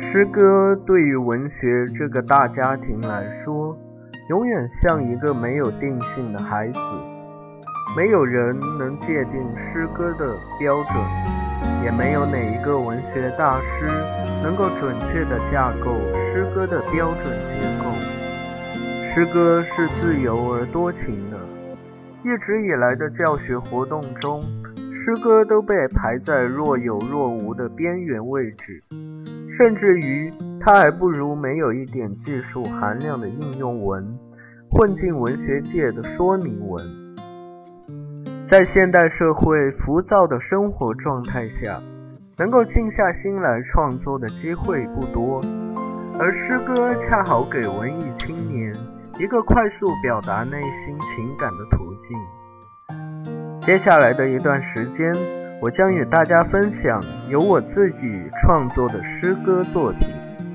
诗歌对于文学这个大家庭来说，永远像一个没有定性的孩子，没有人能界定诗歌的标准，也没有哪一个文学大师能够准确地架构诗歌的标准结构。诗歌是自由而多情的，一直以来的教学活动中，诗歌都被排在若有若无的边缘位置，甚至于它还不如没有一点技术含量的应用文混进文学界的说明文。在现代社会浮躁的生活状态下，能够静下心来创作的机会不多，而诗歌恰好给文艺青年一个快速表达内心情感的途径。接下来的一段时间，我将与大家分享由我自己创作的诗歌作品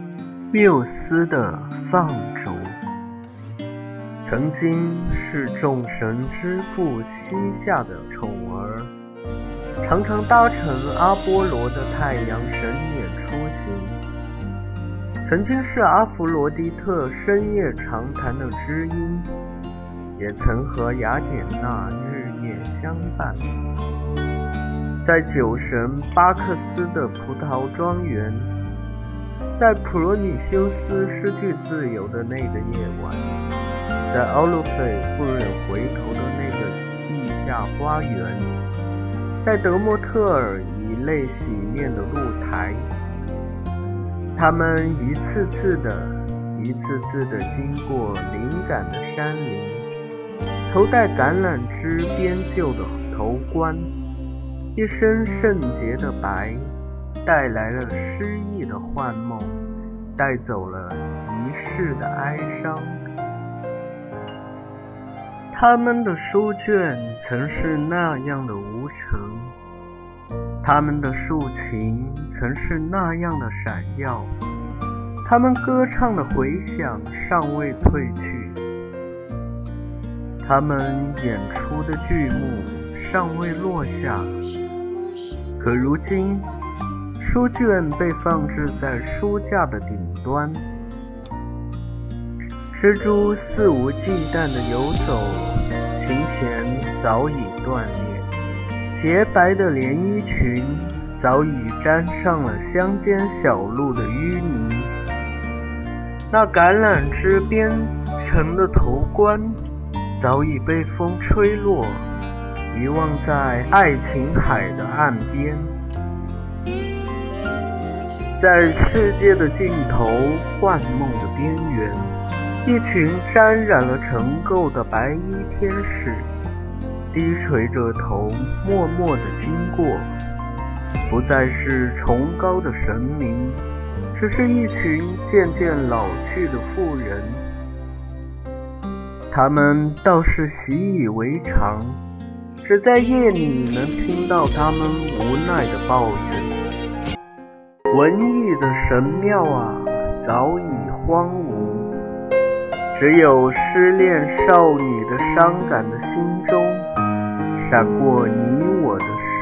《缪斯的放逐》。曾经是众神之父膝下的宠儿，常常搭乘阿波罗的太阳神辇出行。曾经是阿弗罗狄特深夜长谈的知音，也曾和雅典娜日夜相伴。在酒神巴克斯的葡萄庄园，在普罗米修斯失去自由的那个夜晚，在奥洛斐不忍回头的那个地下花园，在德莫特尔以泪洗面的露台，他们一次次地经过灵感的山林，头戴橄榄枝编就的头冠，一身圣洁的白，带来了诗意的幻梦，带走了一世的哀伤。他们的书卷曾是那样的无成，他们的竖琴曾是那样的闪耀，他们歌唱的回响尚未褪去，他们演出的剧目尚未落下。可如今，书卷被放置在书架的顶端，蜘蛛肆无忌惮地游走，琴弦早已断裂，洁白的连衣裙早已沾上了乡间小路的淤泥，那橄榄枝编成的头冠早已被风吹落，遗忘在爱琴海的岸边。在世界的尽头，幻梦的边缘，一群沾染了尘垢的白衣天使，低垂着头，默默地经过，不再是崇高的神明，只是一群渐渐老去的妇人。他们倒是习以为常，只在夜里能听到他们无奈的抱怨。文艺的神庙啊，早已荒芜，只有失恋少女的伤感的心中，闪过你我的